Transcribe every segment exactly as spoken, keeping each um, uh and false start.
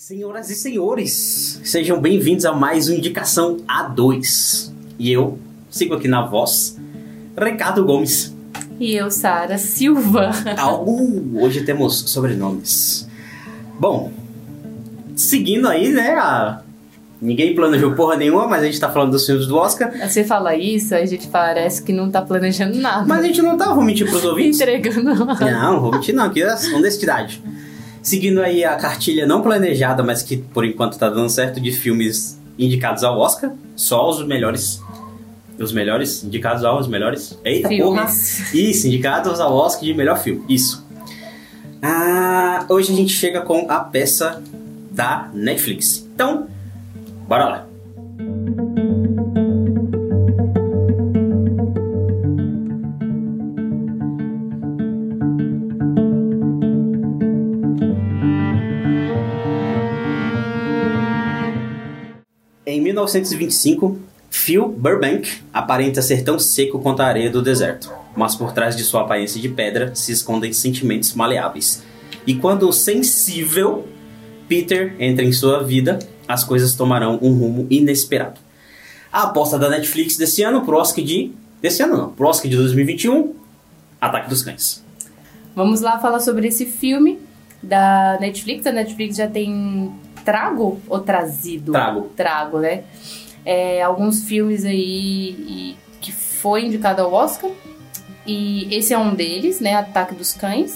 Senhoras e senhores, sejam bem-vindos a mais uma Indicação A dois. E eu sigo aqui na voz, Ricardo Gomes. E eu, Sara Silva. Ah, uh, hoje temos sobrenomes. Bom, seguindo aí, né, a... ninguém planejou porra nenhuma, mas a gente tá falando dos filmes do Oscar. Você fala isso, a gente parece que não tá planejando nada. Mas a gente não tá, vou mentir pros ouvintes. Entregando. Não, vou mentir não, aqui é honestidade. Seguindo aí a cartilha não planejada, mas que por enquanto tá dando certo, de filmes indicados ao Oscar. Só os melhores. Os melhores? Indicados aos melhores? Eita, filmes. Porra! Isso, indicados ao Oscar de melhor filme. Isso. Ah, hoje a gente chega com a peça da Netflix. Então, bora lá. Em mil novecentos e vinte e cinco, Phil Burbank aparenta ser tão seco quanto a areia do deserto, mas por trás de sua aparência de pedra se escondem sentimentos maleáveis. E quando o sensível Peter entra em sua vida, as coisas tomarão um rumo inesperado. A aposta da Netflix desse ano pro Oscar de... Desse ano não, pro Oscar de dois mil e vinte e um, Ataque dos Cães. Vamos lá falar sobre esse filme da Netflix. A Netflix já tem... Trago ou trazido? Trago. Trago, né? É, alguns filmes aí e, que foi indicado ao Oscar. E esse é um deles, né? Ataque dos Cães.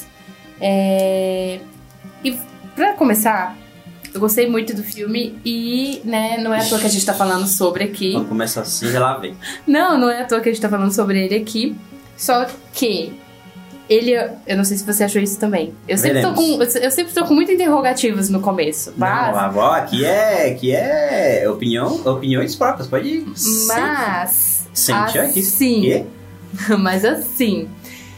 É, e pra começar, eu gostei muito do filme e, né, não é à toa que a gente tá falando sobre aqui. Quando começa assim, já lá vem. Não, não é à toa que a gente tá falando sobre ele aqui. Só que... Ele, eu não sei se você achou isso também. Eu sempre, tô com, eu sempre tô com muitos interrogativos no começo. Mas... Não, avó, aqui é, aqui é opinião, opiniões próprias, pode ir. Mas... Sente aqui. Assim... Mas assim...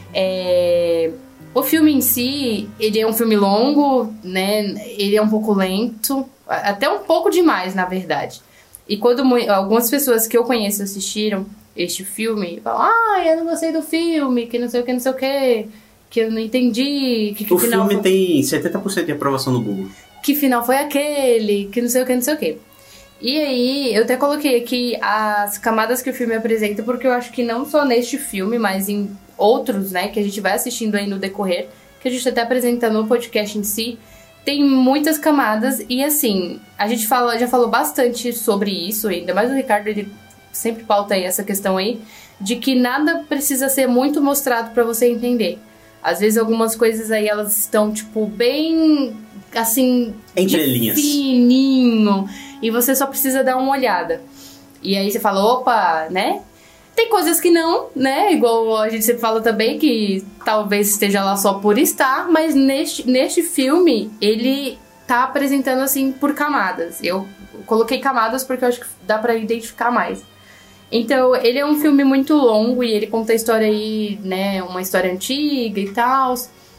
É, o filme em si, ele é um filme longo, né? Ele é um pouco lento. Até um pouco demais, na verdade. E quando algumas pessoas que eu conheço assistiram este filme, falam, ah, eu não gostei do filme, que não sei o que, não sei o que, que eu não entendi. Que, que o final filme foi... tem setenta por cento de aprovação no Google. Que final foi aquele, que não sei o que, não sei o que. E aí, eu até coloquei aqui as camadas que o filme apresenta, porque eu acho que não só neste filme, mas em outros, né, que a gente vai assistindo aí no decorrer, que a gente até apresenta no podcast em si, tem muitas camadas. E assim, a gente fala, já falou bastante sobre isso, ainda mais o Ricardo, ele sempre pauta aí essa questão aí, de que nada precisa ser muito mostrado pra você entender. Às vezes algumas coisas aí, elas estão, tipo, bem, assim... Entre linhas. Fininho. E você só precisa dar uma olhada. E aí você fala, opa, né? Tem coisas que não, né? Igual a gente sempre fala também, que talvez esteja lá só por estar, mas neste, neste filme, ele tá apresentando, assim, por camadas. Eu coloquei camadas porque eu acho que dá pra identificar mais. Então, ele é um filme muito longo e ele conta a história aí, né, uma história antiga e tal.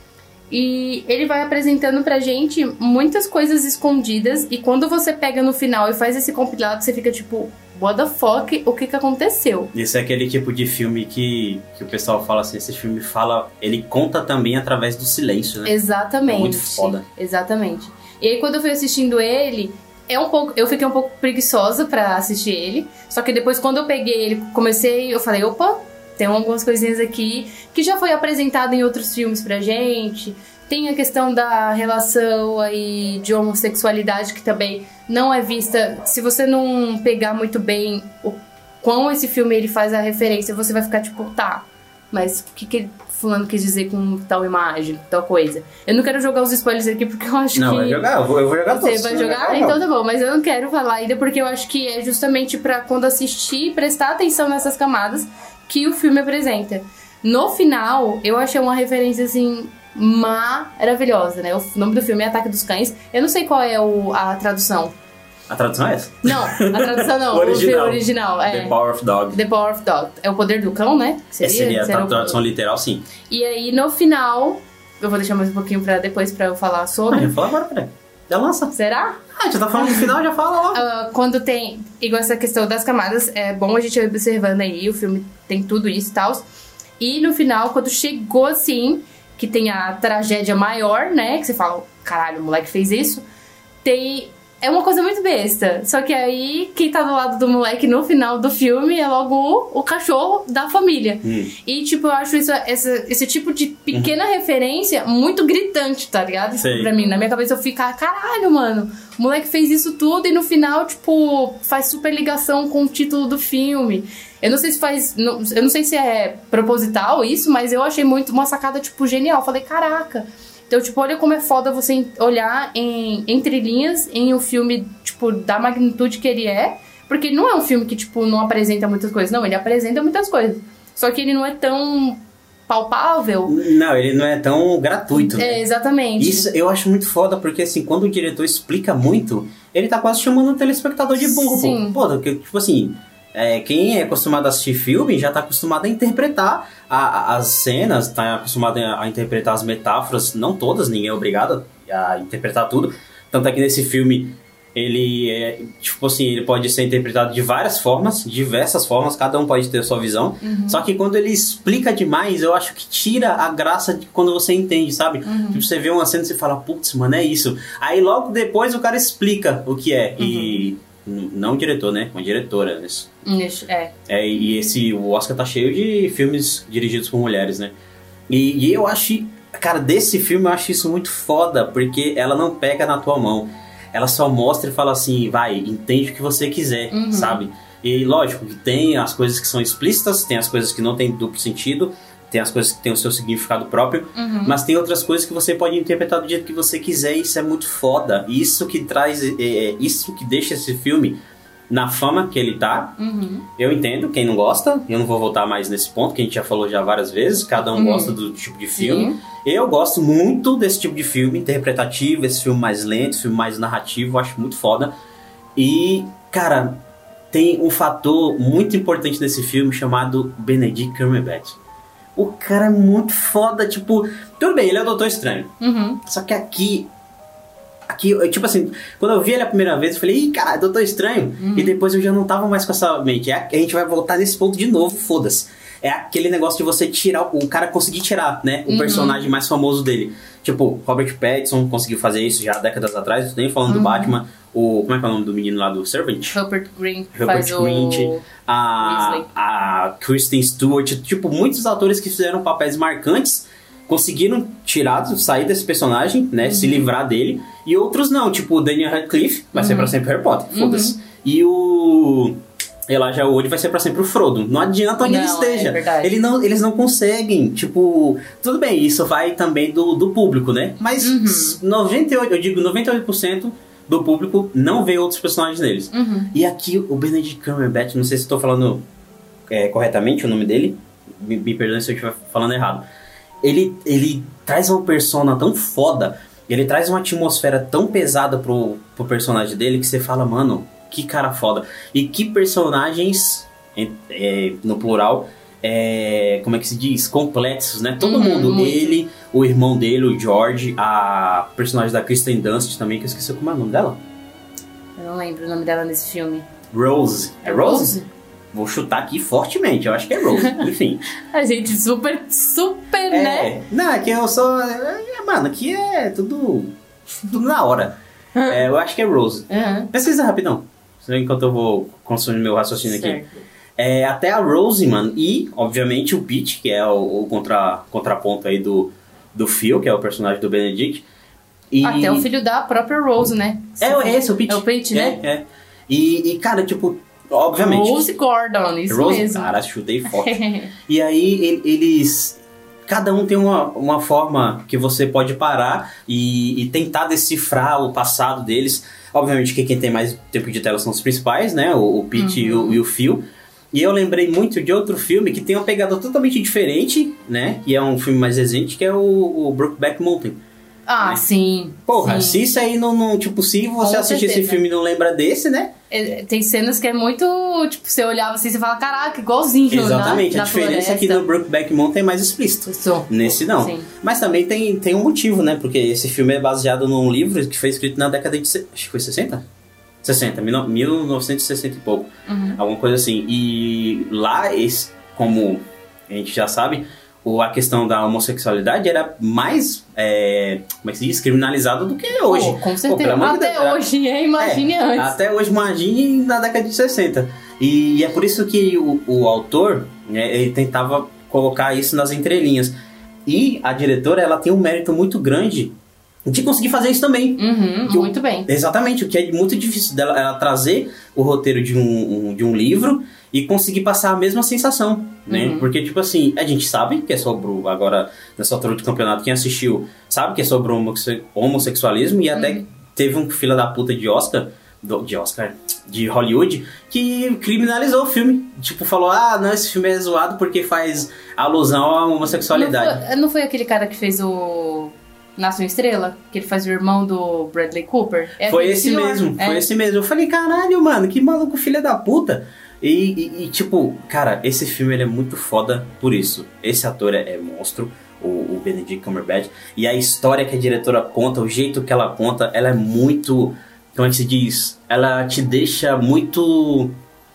E ele vai apresentando pra gente muitas coisas escondidas e quando você pega no final e faz esse compilado, você fica tipo, what the fuck, o que que aconteceu? Esse é aquele tipo de filme que, que o pessoal fala assim, esse filme fala, ele conta também através do silêncio, né? Exatamente. É muito foda. Exatamente. E aí, quando eu fui assistindo ele... É um pouco, eu fiquei um pouco preguiçosa pra assistir ele. Só que depois, quando eu peguei ele, comecei, eu falei, opa, tem algumas coisinhas aqui que já foi apresentado em outros filmes pra gente. Tem a questão da relação aí de homossexualidade, que também não é vista. Se você não pegar muito bem o quão esse filme ele faz a referência, você vai ficar tipo, tá, mas o que que fulano quis dizer com tal imagem, tal coisa. Eu não quero jogar os spoilers aqui porque eu acho não, que... Não, vai jogar, eu vou, eu vou jogar Você todos. vai jogar? Jogar? Então tá bom, mas eu não quero falar ainda porque eu acho que é justamente pra quando assistir, prestar atenção nessas camadas que o filme apresenta. No final, eu achei uma referência, assim, maravilhosa, né? O nome do filme é Ataque dos Cães. Eu não sei qual é o, a tradução. A tradução é essa? Não, a tradução não. o original. O original, é. The Power of Dog. The Power of Dog. É o poder do cão, né? Seria, seria, seria a tradução o... literal, sim. E aí, no final... Eu vou deixar mais um pouquinho pra depois pra eu falar sobre. Ah, já fala agora, peraí. Já lança. Será? Ah, já tá falando no final, já fala logo. Uh, quando tem... Igual essa questão das camadas, é bom a gente ir observando aí. O filme tem tudo isso e tal. E no final, quando chegou assim... Que tem a tragédia maior, né? Que você fala... Caralho, o moleque fez isso... tem... É uma coisa muito besta. Só que aí, quem tá do lado do moleque no final do filme é logo o, o cachorro da família. Hum. E, tipo, eu acho isso, essa, esse tipo de pequena uhum. referência muito gritante, tá ligado? Sei. Pra mim, na minha cabeça eu fico, caralho, mano. O moleque fez isso tudo e no final, tipo, faz super ligação com o título do filme. Eu não sei se faz... Não, eu não sei se é proposital isso, mas eu achei muito uma sacada, tipo, genial. Falei, caraca... Então, tipo, olha como é foda você olhar em, entre linhas em um filme, tipo, da magnitude que ele é. Porque ele não é um filme que, tipo, não apresenta muitas coisas. Não, ele apresenta muitas coisas. Só que ele não é tão palpável. Não, ele não é tão gratuito, né? É, exatamente. Isso eu acho muito foda, porque, assim, quando o diretor explica muito, ele tá quase chamando o telespectador de burro. Sim. Pô, porque, tipo assim... É, quem é acostumado a assistir filme já tá acostumado a interpretar a, a, as cenas, tá acostumado a, a interpretar as metáforas, não todas, ninguém é obrigado a interpretar tudo. Tanto é que nesse filme ele é, tipo assim, ele pode ser interpretado de várias formas, diversas formas, cada um pode ter a sua visão. Uhum. Só que quando ele explica demais, eu acho que tira a graça de quando você entende, sabe? Uhum. Tipo, você vê uma cena e você fala, putz, mano, é isso. Aí logo depois o cara explica o que é. Uhum. E não o diretor, né? Uma diretora. Isso. É. é. E esse, o Oscar tá cheio de filmes dirigidos por mulheres, né? E, e eu acho... Cara, desse filme eu acho isso muito foda, porque ela não pega na tua mão. Ela só mostra e fala assim, vai, entende o que você quiser, uhum. sabe? E lógico, tem as coisas que são explícitas, tem as coisas que não tem duplo sentido, tem as coisas que tem o seu significado próprio, uhum. mas tem outras coisas que você pode interpretar do jeito que você quiser, e isso é muito foda. Isso que traz, é, é, isso que deixa esse filme na fama que ele tá. Uhum. Eu entendo, quem não gosta, eu não vou voltar mais nesse ponto, que a gente já falou já várias vezes, cada um uhum. gosta do tipo de filme. Sim. Eu gosto muito desse tipo de filme interpretativo, esse filme mais lento, esse filme mais narrativo, eu acho muito foda. E, cara, tem um fator muito importante nesse filme chamado Benedict Cumberbatch. O cara é muito foda, tipo... Tudo bem, ele é o Doutor Estranho. Uhum. Só que aqui... Aqui, eu, tipo assim, quando eu vi ele a primeira vez, eu falei, ih, cara, Doutor Estranho. Uhum. E depois eu já não tava mais com essa mente. É, a gente vai voltar nesse ponto de novo, foda-se. É aquele negócio de você tirar, o cara conseguir tirar, né, o uhum. personagem mais famoso dele. Tipo, Robert Pattinson conseguiu fazer isso já há décadas atrás, eu tô nem falando uhum. do Batman. O, como é que é o nome do menino lá do Servant? Rupert Grint. Rupert faz Grint. O... A, a Kristen Stewart. Tipo, muitos atores que fizeram papéis marcantes conseguiram tirar, sair desse personagem, né, uhum. se livrar dele. E outros não, tipo o Daniel Radcliffe vai uhum. ser pra sempre Harry Potter, foda-se. Uhum. E o Elijah Wood vai ser pra sempre o Frodo. Não adianta onde não, ele esteja. É ele não, eles não conseguem, tipo... Tudo bem, isso vai também do, do público, né? Mas uhum. noventa e oito, eu digo noventa e oito por cento do público não vê outros personagens neles. Uhum. E aqui o Benedict Cumberbatch, não sei se estou falando é, corretamente o nome dele, me, me perdoe se eu estiver falando errado. Ele, ele traz uma persona tão foda, ele traz uma atmosfera tão pesada pro, pro personagem dele que você fala, mano, que cara foda. E que personagens, é, é, no plural, é, como é que se diz? Complexos, né? Todo uhum, mundo. Muito. Ele, o irmão dele, o George, a personagem da Kristen Dunst também, que eu esqueci como é o nome dela. Eu não lembro o nome dela nesse filme. Rose. É Rose? Rose? Vou chutar aqui fortemente, eu acho que é Rose. Enfim. A gente super, super, é, né? Não, é que eu sou... É, mano, aqui é tudo... Tudo na hora. É, eu acho que é Rose. Uhum. Pesquisa rapidão. Enquanto eu vou construir meu raciocínio certo. Aqui. É, até a Rose, mano. E, obviamente, o Pete, que é o, o contra, contraponto aí do, do Phil, que é o personagem do Benedict. E... Até o filho da própria Rose, né? É, é esse, o Pete. É o Pete, né? É, é. E, e, cara, tipo... Obviamente. Rose Gordon, isso Rose, mesmo. Cara, chutei forte. E aí, eles... Cada um tem uma, uma forma que você pode parar e, e tentar decifrar o passado deles. Obviamente que quem tem mais tempo de tela são os principais, né? O, o Pete uhum. e, o, e o Phil. E eu lembrei muito de outro filme que tem uma pegada totalmente diferente, né? E é um filme mais recente, que é o, o Brokeback Mountain. Ah, né? sim. Porra, sim. se isso aí não, não... Tipo, se você Com assistir certeza. Esse filme e não lembra desse, né? É, tem cenas que é muito... Tipo, você olhava assim e fala, caraca, igualzinho. Exatamente. Na, a na diferença floresta. aqui do Brokeback Mountain é mais explícito. Isso. Nesse não. Sim. Mas também tem, tem um motivo, né? Porque esse filme é baseado num livro que foi escrito na década de... Acho que foi sessenta? sessenta, mil novecentos e sessenta e pouco. Uhum. Alguma coisa assim. E lá, esse, como a gente já sabe... o, a questão da homossexualidade era mais, é, como é que se diz, criminalizada do que hoje. Oh, com certeza. Pô, até Deus, hoje, era... imagine é, antes. Até hoje, imagine na década de sessenta. E, e é por isso que o, o autor, né, ele tentava colocar isso nas entrelinhas. E a diretora, ela tem um mérito muito grande de conseguir fazer isso também. Uhum, que muito o, bem. Exatamente, o que é muito difícil dela ela trazer o roteiro de um, um, de um livro e conseguir passar a mesma sensação, né? Uhum. Porque, tipo assim, a gente sabe que é sobre, agora, nessa altura do campeonato, quem assistiu sabe que é sobre homosse- homossexualismo e até Uhum. teve um fila da puta de Oscar, do, de Oscar, de Hollywood, que criminalizou o filme. Tipo, falou, ah, não, esse filme é zoado porque faz alusão à homossexualidade. Não foi, não foi aquele cara que fez o Nasce uma Estrela? Que ele faz o irmão do Bradley Cooper? É Foi aquele esse senhor. mesmo, É. foi esse mesmo. Eu falei, caralho, mano, que maluco filha da puta. E, e, e, tipo, cara, esse filme ele é muito foda por isso. Esse ator é, é monstro, o, o Benedict Cumberbatch. E a história que a diretora conta, o jeito que ela conta, ela é muito... Como é que se diz? Ela te deixa muito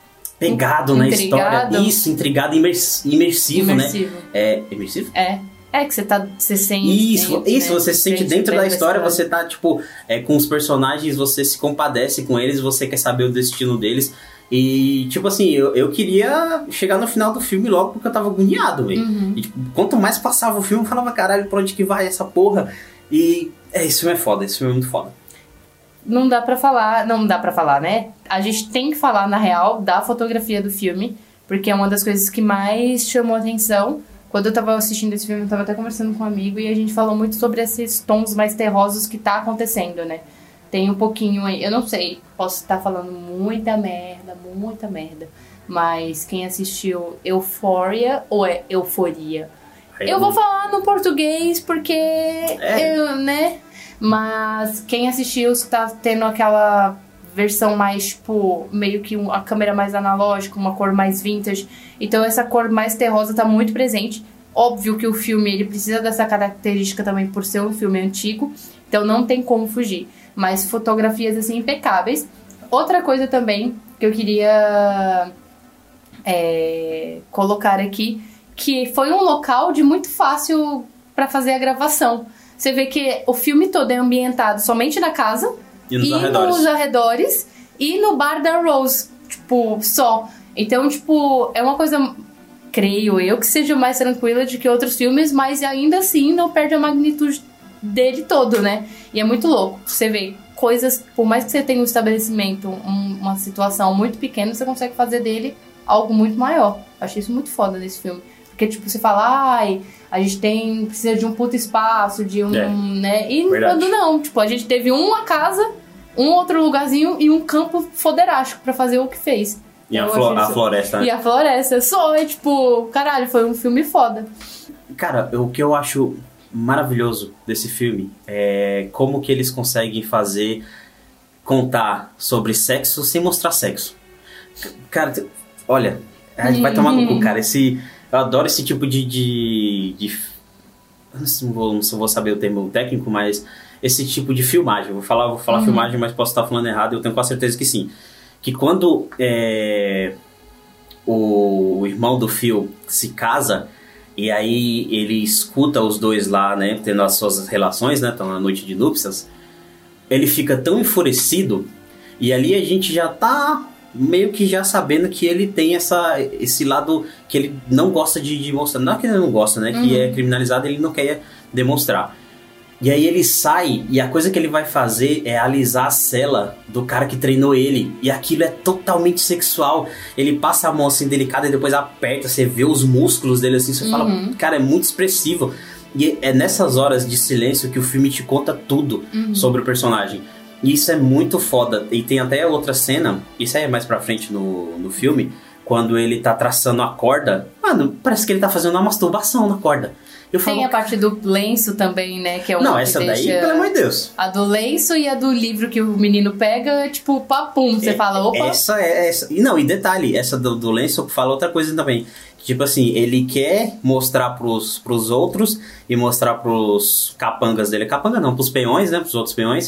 pegado na Intrigado. história. Isso, intrigado, imers, imersivo, Imersivo. né? É imersivo? É. É que você tá. Você sente. Isso, dentro, isso, né? você se sente dentro bem da história, você tá, tipo, é, com os personagens, você se compadece com eles, você quer saber o destino deles. E, tipo assim, eu, eu queria chegar no final do filme logo porque eu tava agoniado, velho. Uhum. E, tipo, quanto mais passava o filme, eu falava, caralho, pra onde que vai essa porra? E é, esse filme é foda, esse filme é muito foda. Não dá pra falar, não dá pra falar, né? A gente tem que falar, na real, da fotografia do filme, porque é uma das coisas que mais chamou atenção. Quando eu tava assistindo esse filme, eu tava até conversando com um amigo e a gente falou muito sobre esses tons mais terrosos que tá acontecendo, né? Tem um pouquinho aí, eu não sei, posso estar falando muita merda, muita merda, mas quem assistiu Euphoria ou é Euforia? Aí Eu vou falar no português porque, É. eu, né? Mas quem assistiu tá tendo aquela versão mais, tipo, meio que um, a câmera mais analógica, uma cor mais vintage. Então essa cor mais terrosa tá muito presente. Óbvio que o filme ele precisa dessa característica também por ser um filme antigo, então não tem como fugir. Mas fotografias assim impecáveis. Outra coisa também que eu queria é, colocar aqui, que foi um local de muito fácil para fazer a gravação. Você vê que o filme todo é ambientado somente na casa E nos e arredores. nos arredores e no bar da Rose, tipo, só. Então, tipo, é uma coisa, creio eu, que seja mais tranquila de que outros filmes, mas ainda assim não perde a magnitude dele todo, né? E é muito louco. Você vê coisas, por mais que você tenha um estabelecimento, um, uma situação muito pequena, você consegue fazer dele algo muito maior. Achei isso muito foda nesse filme. Porque, tipo, você fala, ai, a gente tem, precisa de um puto espaço, de um, É, né? E verdade. quando não, tipo, a gente teve uma casa, um outro lugarzinho e um campo foderástico pra fazer o que fez. E a, Eu flo- achei a isso- floresta, né? E a floresta. Só, é tipo, caralho, foi um filme foda. Cara, o que eu acho maravilhoso desse filme é como que eles conseguem fazer contar sobre sexo sem mostrar sexo. Cara, t- olha, a gente vai tomar no cu, cara. Esse, eu adoro esse tipo de... de, de eu não sei, não vou, não vou saber o termo técnico, mas esse tipo de filmagem. Eu vou falar, vou falar Uhum. filmagem, mas posso estar falando errado. Eu tenho quase certeza que sim. Que quando é, o, o irmão do Phil se casa... E aí ele escuta os dois lá, né, tendo as suas relações, né, estão na noite de núpcias. Ele fica tão enfurecido e ali a gente já tá meio que já sabendo que ele tem essa, esse lado que ele não gosta de, de mostrar. Não é que ele não gosta, né, que Uhum. é criminalizado, ele não quer demonstrar. E aí ele sai e a coisa que ele vai fazer é alisar a cela do cara que treinou ele. E aquilo é totalmente sexual. Ele passa a mão assim delicada e depois aperta, você vê os músculos dele assim, você Uhum. fala, cara, é muito expressivo. E é nessas horas de silêncio que o filme te conta tudo Uhum. sobre o personagem. E isso é muito foda. E tem até outra cena, isso aí é mais pra frente no, no filme, quando ele tá traçando a corda. Mano, parece que ele tá fazendo uma masturbação na corda. Eu Tem falo, a parte do lenço também, né? Que é uma não, que essa daí, deixa- pelo amor de Deus. A do lenço e a do livro que o menino pega, tipo, papum. Você É, fala, opa. Essa é essa. E não, e detalhe, essa do, do lenço fala outra coisa também. Que, tipo assim, ele quer mostrar pros, pros outros e mostrar pros capangas dele. Capanga não, pros peões, né? Pros outros peões.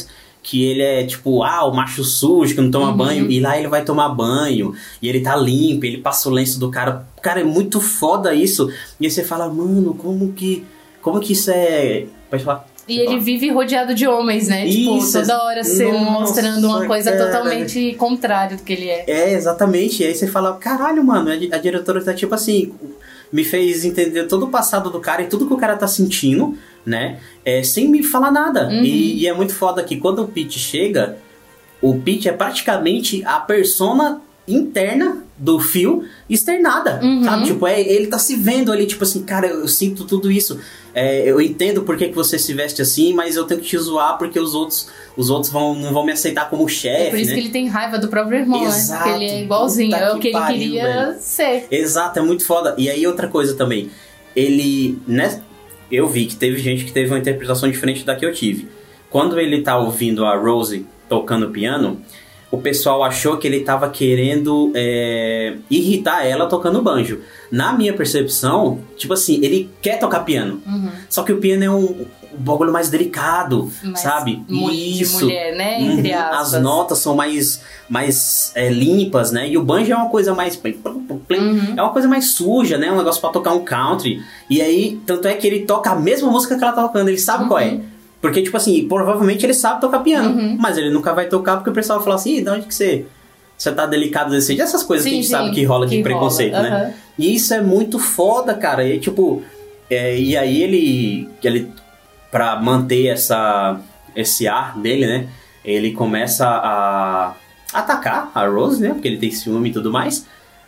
que ele é tipo, ah, o macho sujo que não toma Uhum. banho, e lá ele vai tomar banho, e ele tá limpo, ele passa o lenço do cara. Cara, é muito foda isso. E aí você fala, mano, como que, como que isso é... Pode falar. E Você ele fala. vive rodeado de homens, né? Isso, tipo, toda hora se nossa, mostrando uma coisa cara. totalmente contrária do que ele é. É, exatamente. E aí você fala, caralho, mano, a, di- a diretora tá tipo assim, me fez entender todo o passado do cara e tudo que o cara tá sentindo, né? É, sem me falar nada. Uhum. E, e é muito foda que quando o Pete chega, o Pete é praticamente a persona interna do Phil externada, Uhum. sabe? Tipo, é, ele tá se vendo ali, tipo assim, cara, eu sinto tudo isso. É, eu entendo por que, que você se veste assim, mas eu tenho que te zoar porque os outros, os outros vão, não vão me aceitar como chefe, É por isso né? que ele tem raiva do próprio irmão, Exato. né? Porque ele é igualzinho, Puta é o que que ele pariu, queria velho. ser. Exato, é muito foda. E aí outra coisa também, ele, né, eu vi que teve gente que teve uma interpretação diferente da que eu tive. Quando ele tá ouvindo a Rosie tocando piano, o pessoal achou que ele tava querendo é, irritar ela tocando banjo. Na minha percepção, tipo assim, ele quer tocar piano. Uhum. Só que o piano é um, um bagulho mais delicado, Mas sabe? mu- de mulher, né? Entre Uhum. aspas. As notas são mais, mais é, limpas, né? E o banjo é uma coisa mais... Uhum. É uma coisa mais suja, né? Um negócio pra tocar um country. E aí, tanto é que ele toca a mesma música que ela tá tocando. Ele sabe Uhum. qual é. Porque, tipo assim, provavelmente ele sabe tocar piano. Uhum. Mas ele nunca vai tocar porque o pessoal fala assim, Ih, de onde que você... Você tá delicado desse jeito? Essas coisas Sim, que a gente sim, sabe que rola de que preconceito, rola, né? aham. E isso é muito foda, cara. E tipo... é, e aí ele... ele pra manter essa, esse ar dele, né? Ele começa a atacar a Rose, né? Porque ele tem ciúme e tudo mais.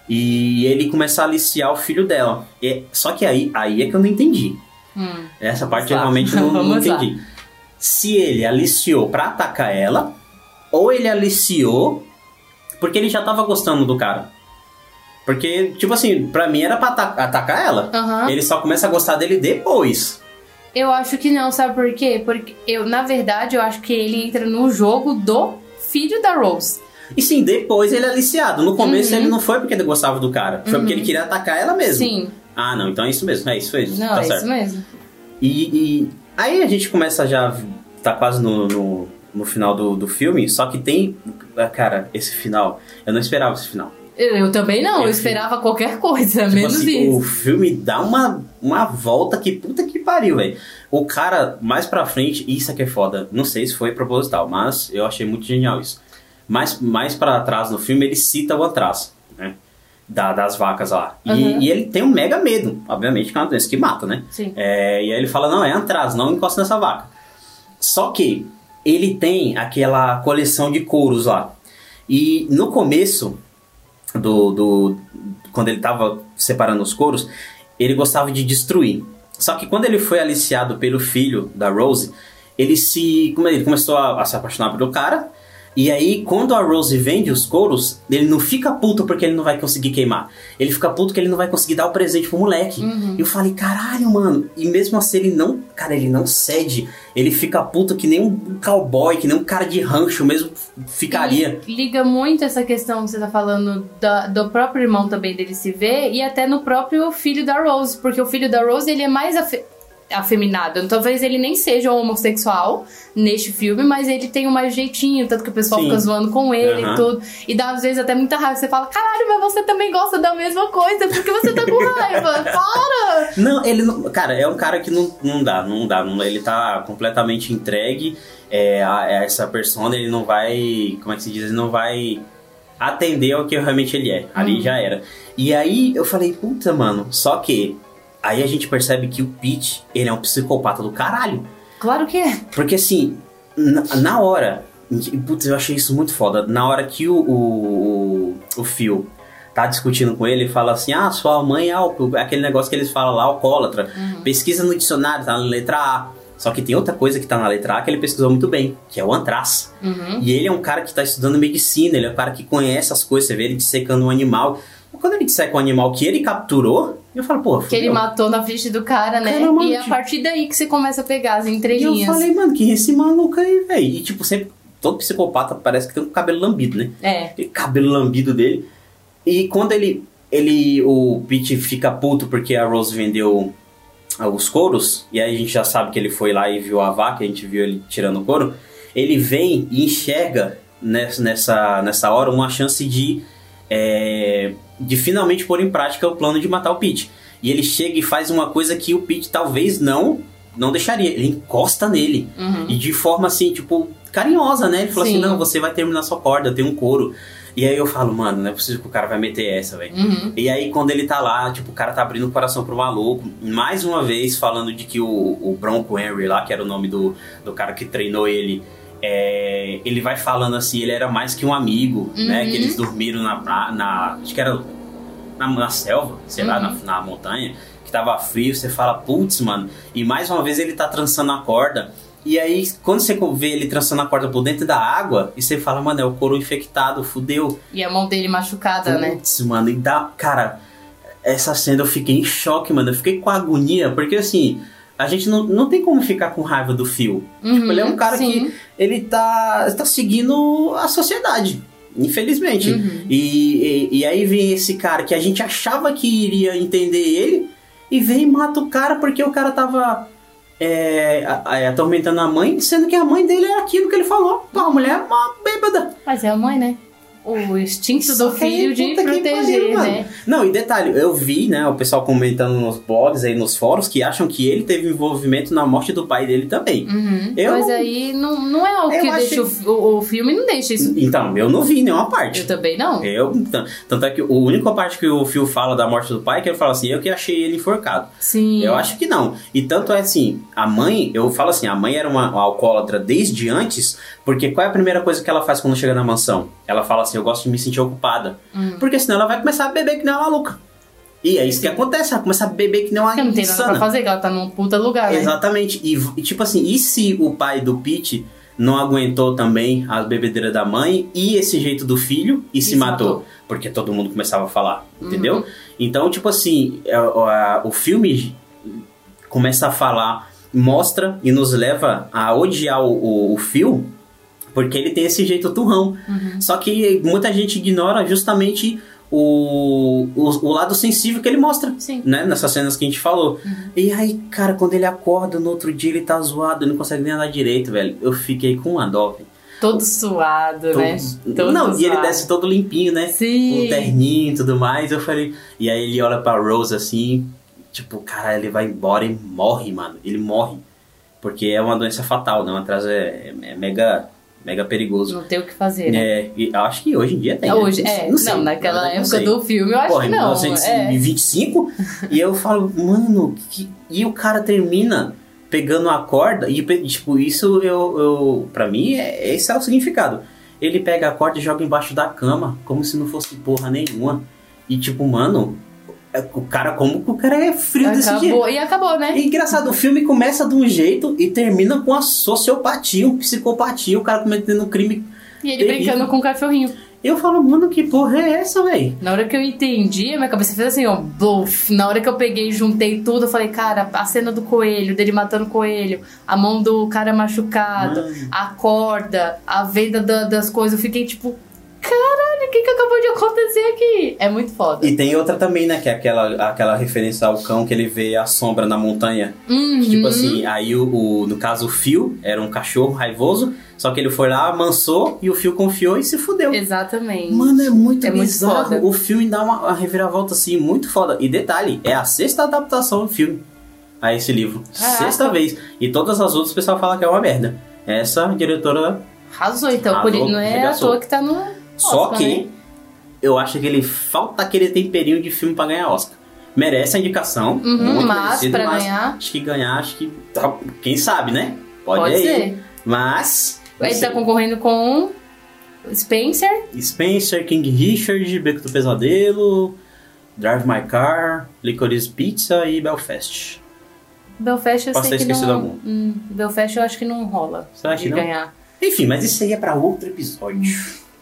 E ele começa a aliciar o filho dela. E, só que aí, aí é que eu não entendi. Hum. Essa parte Vamos eu lá. realmente não, não Vamos lá. entendi. Se ele aliciou pra atacar ela, ou ele aliciou porque ele já tava gostando do cara. Porque, tipo assim, pra mim era pra ata- atacar ela. Aham. Ele só começa a gostar dele depois. Eu acho que não, sabe por quê? Porque eu, na verdade, eu acho que ele entra no jogo do filho da Rose. E sim, depois ele é aliciado. No começo Uhum. ele não foi porque ele gostava do cara. Foi Uhum. porque ele queria atacar ela mesmo. Sim. Ah, não, então é isso mesmo. É isso, foi isso. Não, tá é certo. isso mesmo. E, e aí a gente começa já... Tá quase no, no, no final do, do filme. Só que tem... Cara, esse final... Eu não esperava esse final. Eu, eu também não, eu É, esperava qualquer coisa, Tipo menos assim, isso. o filme dá uma, uma volta que puta que pariu, velho. O cara, mais pra frente, isso aqui é foda. Não sei se foi proposital, mas eu achei muito genial isso. Mais, mais pra trás no filme, ele cita o Antraz, né? Da, das vacas lá. E, Uhum. e ele tem um mega medo, obviamente, que é uma doença que mata, né? Sim. É, e aí ele fala, não, é Antraz, não encosta nessa vaca. Só que ele tem aquela coleção de couros lá. E no começo... Do, do, quando ele tava separando os couros, ele gostava de destruir. Só que quando ele foi aliciado pelo filho da Rose, ele se como ele começou a, a se apaixonar pelo cara. E aí, quando a Rose vende os couros, ele não fica puto porque ele não vai conseguir queimar. Ele fica puto que ele não vai conseguir dar o presente pro moleque. Uhum. E eu falei, caralho, mano. E mesmo assim, ele não... Cara, ele não cede. Ele fica puto que nem um cowboy, que nem um cara de rancho mesmo ficaria. E liga muito essa questão que você tá falando da- do próprio irmão também dele se ver e até no próprio filho da Rose, porque o filho da Rose ele é mais afe- afeminado. Talvez ele nem seja homossexual neste filme, mas ele tem um mais jeitinho, tanto que o pessoal Sim. fica zoando com ele Aham. e tudo. E dá às vezes até muita raiva. Você fala, caralho, mas você também gosta da mesma coisa, por que você tá com raiva? Para! Não, ele não... Cara, é um cara que não, não dá, não dá. Não, ele tá completamente entregue é, a, a essa persona. Ele não vai... Como é que se diz? Ele não vai atender ao que realmente ele é. Ali Uhum. já era. E aí eu falei, puta, mano. Só que... Aí a gente percebe que o Pete, ele é um psicopata do caralho. Claro que é. Porque assim, na, na hora... Putz, eu achei isso muito foda. Na hora que o, o, o Phil tá discutindo com ele, fala assim, ah, sua mãe é álcool, aquele negócio que eles falam lá, alcoólatra. Uhum. Pesquisa no dicionário, tá na letra A. Só que tem outra coisa que tá na letra A que ele pesquisou muito bem, que é o Antraz. Uhum. E ele é um cara que tá estudando medicina, ele é um cara que conhece as coisas, você vê ele dissecando um animal. Quando ele disseca um animal que ele capturou, eu falo, pô, Que ele fudeu. matou na frente do cara, né? Caramba, e é a tipo- partir daí que você começa a pegar as E eu entrelinhas. falei, mano, que esse maluco aí, velho. E tipo, sempre, todo psicopata parece que tem um cabelo lambido, né? É. Aquele cabelo lambido dele. E quando ele, ele, o Pete fica puto porque a Rose vendeu os couros, e aí a gente já sabe que ele foi lá e viu a vaca, a gente viu ele tirando o couro, ele vem e enxerga nessa, nessa, nessa hora uma chance de, é, de finalmente pôr em prática o plano de matar o Pete. E ele chega e faz uma coisa que o Pete talvez não, não deixaria. Ele encosta nele. Uhum. E de forma assim, tipo, carinhosa, né? Ele fala Sim. assim, não, você vai terminar sua corda, tem um couro. E aí eu falo, mano, não é possível que o cara vai meter essa, velho. Uhum. E aí quando ele tá lá, tipo, o cara tá abrindo o coração pro maluco. Mais uma vez falando de que o, o Bronco Henry lá, que era o nome do, do cara que treinou ele, é, ele vai falando assim, ele era mais que um amigo, uhum. né? Que eles dormiram na, na acho que era na, na selva, sei uhum. lá, na, na montanha, que tava frio. Você fala, putz, mano. E mais uma vez ele tá trançando a corda. E aí, quando você vê ele trançando a corda por dentro da água, e você fala, mano, é o couro infectado, fudeu. E a mão dele machucada, Putz, né? Putz, mano, e dá... Cara, essa cena eu fiquei em choque, mano. Eu fiquei com agonia, porque assim, a gente não, não tem como ficar com raiva do Phil. Uhum, tipo, ele é um cara sim. que, ele tá, tá seguindo a sociedade, infelizmente. Uhum. E, e, e aí vem esse cara que a gente achava que iria entender ele, e vem e mata o cara porque o cara tava... É, é, atormentando a mãe, sendo que a mãe dele é aquilo que ele falou. Pô, a mulher é uma bêbada. Mas é a mãe, né? O instinto do filho de proteger, né? Não, e detalhe, eu vi, né, o pessoal comentando nos blogs aí, nos fóruns, que acham que ele teve envolvimento na morte do pai dele também. Uhum. Eu, Mas aí não, não é o que achei... deixa o, o filme não deixa isso. Então, eu não vi nenhuma parte. Eu também não. Eu, tanto é que a única parte que o Phil fala da morte do pai é que ele fala assim, eu que achei ele enforcado. Sim. Eu acho que não. E tanto é assim, a mãe, eu falo assim, a mãe era uma, uma alcoólatra desde antes, porque qual é a primeira coisa que ela faz quando chega na mansão? Ela fala assim, eu gosto de me sentir ocupada. Hum. Porque senão ela vai começar a beber que nem uma maluca. E é isso que acontece, ela começa a beber que nem uma insana. Não tem nada pra fazer, que ela tá num puta lugar, né? Exatamente. E, e tipo assim, e se o pai do Pete não aguentou também as bebedeiras da mãe e esse jeito do filho e, e se, se matou? matou? Porque todo mundo começava a falar, entendeu? Uhum. Então, tipo assim, a, a, o filme começa a falar, mostra e nos leva a odiar o, o, o Phil, porque ele tem esse jeito turrão. Uhum. Só que muita gente ignora justamente o, o, o lado sensível que ele mostra, né? Nessas cenas que a gente falou. Uhum. E aí, cara, quando ele acorda no outro dia, ele tá zoado, ele não consegue nem andar direito, velho. Eu fiquei com uma dó, velho. Todo suado, todo, né? Todo não, suado. E ele desce todo limpinho, né? Sim. Com o terninho e tudo mais. Eu falei... E aí ele olha pra Rose assim... Tipo, cara, ele vai embora e morre, mano. Ele morre. Porque é uma doença fatal, né? Um atraso é, é mega... Mega perigoso. Não tem o que fazer, né? É, e eu acho que hoje em dia tem. Hoje, né? é. Não, não, sei, não naquela não época sei. do filme, eu acho Porra, que não. mil novecentos e vinte e cinco É. E eu falo, mano, que... e o cara termina pegando a corda, e tipo, isso eu, eu pra mim, é, esse é o significado. Ele pega a corda e joga embaixo da cama, como se não fosse porra nenhuma. E tipo, mano... O cara, como que o cara é frio acabou, desse jeito? E acabou, né? E engraçado, o filme começa de um jeito e termina com a sociopatia, um psicopatia, o cara cometendo um crime. E ele terrível. Brincando com o cachorrinho. Eu falo, mano, que porra é essa, velho? Na hora que eu entendi, a minha cabeça fez assim, ó, bluff. Na hora que eu peguei e juntei tudo, eu falei, cara, a cena do coelho, dele matando o coelho, a mão do cara machucado, mano. A corda, a venda da, das coisas, eu fiquei tipo... Caralho, o que, que acabou de acontecer aqui? É muito foda. E tem outra também, né? Que é aquela, aquela referência ao cão que ele vê a sombra na montanha. Uhum. Tipo assim, aí o, o, no caso o Phil era um cachorro raivoso, só que ele foi lá, amansou e o Phil confiou e se fudeu. Exatamente. Mano, é muito é bizarro. Muito o filme dá uma, uma reviravolta assim, muito foda. E detalhe, é a sexta adaptação do filme a esse livro. Caraca. Sexta vez. E todas as outras o pessoal fala que é uma merda. Essa diretora... Arrasou, então. Arrasou, por, não é regaçou. À toa que tá no... Só Oscar, que né? Eu acho que ele falta aquele temperinho de filme pra ganhar Oscar. Merece a indicação. Uhum, mas pra mas ganhar... Acho que ganhar, acho que... Quem sabe, né? Pode, Pode ir. ser. Mas... Ele tá concorrendo com... Spencer. Spencer, King Richard, Beco do Pesadelo, Drive My Car, Licorice Pizza e Belfast. Belfast eu Posso sei ter que esquecido não... algum. Hum, Belfast eu acho que não rola. Você acha de que não? ganhar. Enfim, mas isso aí é pra outro episódio.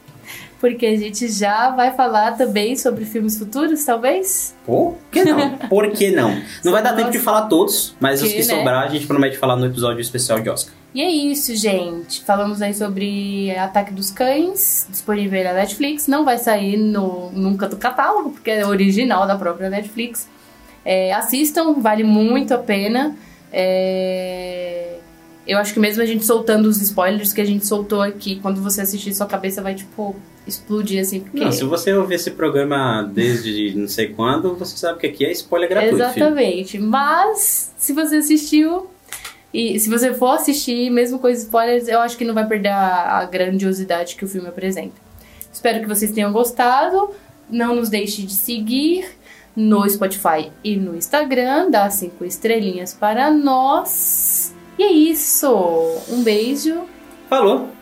Porque a gente já vai falar também sobre filmes futuros, talvez? Por que não? Por que não? Não vai dar tempo de falar todos, mas que, os que né? sobrar a gente promete falar no episódio especial de Oscar. E é isso, gente. Falamos aí sobre Ataque dos Cães, disponível na Netflix. Não vai sair no, nunca do catálogo, porque é original da própria Netflix. É, assistam, vale muito a pena. É... eu acho que mesmo a gente soltando os spoilers que a gente soltou aqui, quando você assistir, sua cabeça vai, tipo, explodir, assim, porque... Não, se você ouvir esse programa desde não sei quando, você sabe que aqui é spoiler gratuito. Exatamente. Filho. Mas, se você assistiu, e se você for assistir, mesmo com os spoilers, eu acho que não vai perder a, a grandiosidade que o filme apresenta. Espero que vocês tenham gostado. Não nos deixe de seguir no Spotify e no Instagram. Dá cinco estrelinhas para nós. E é isso. Um beijo. Falou!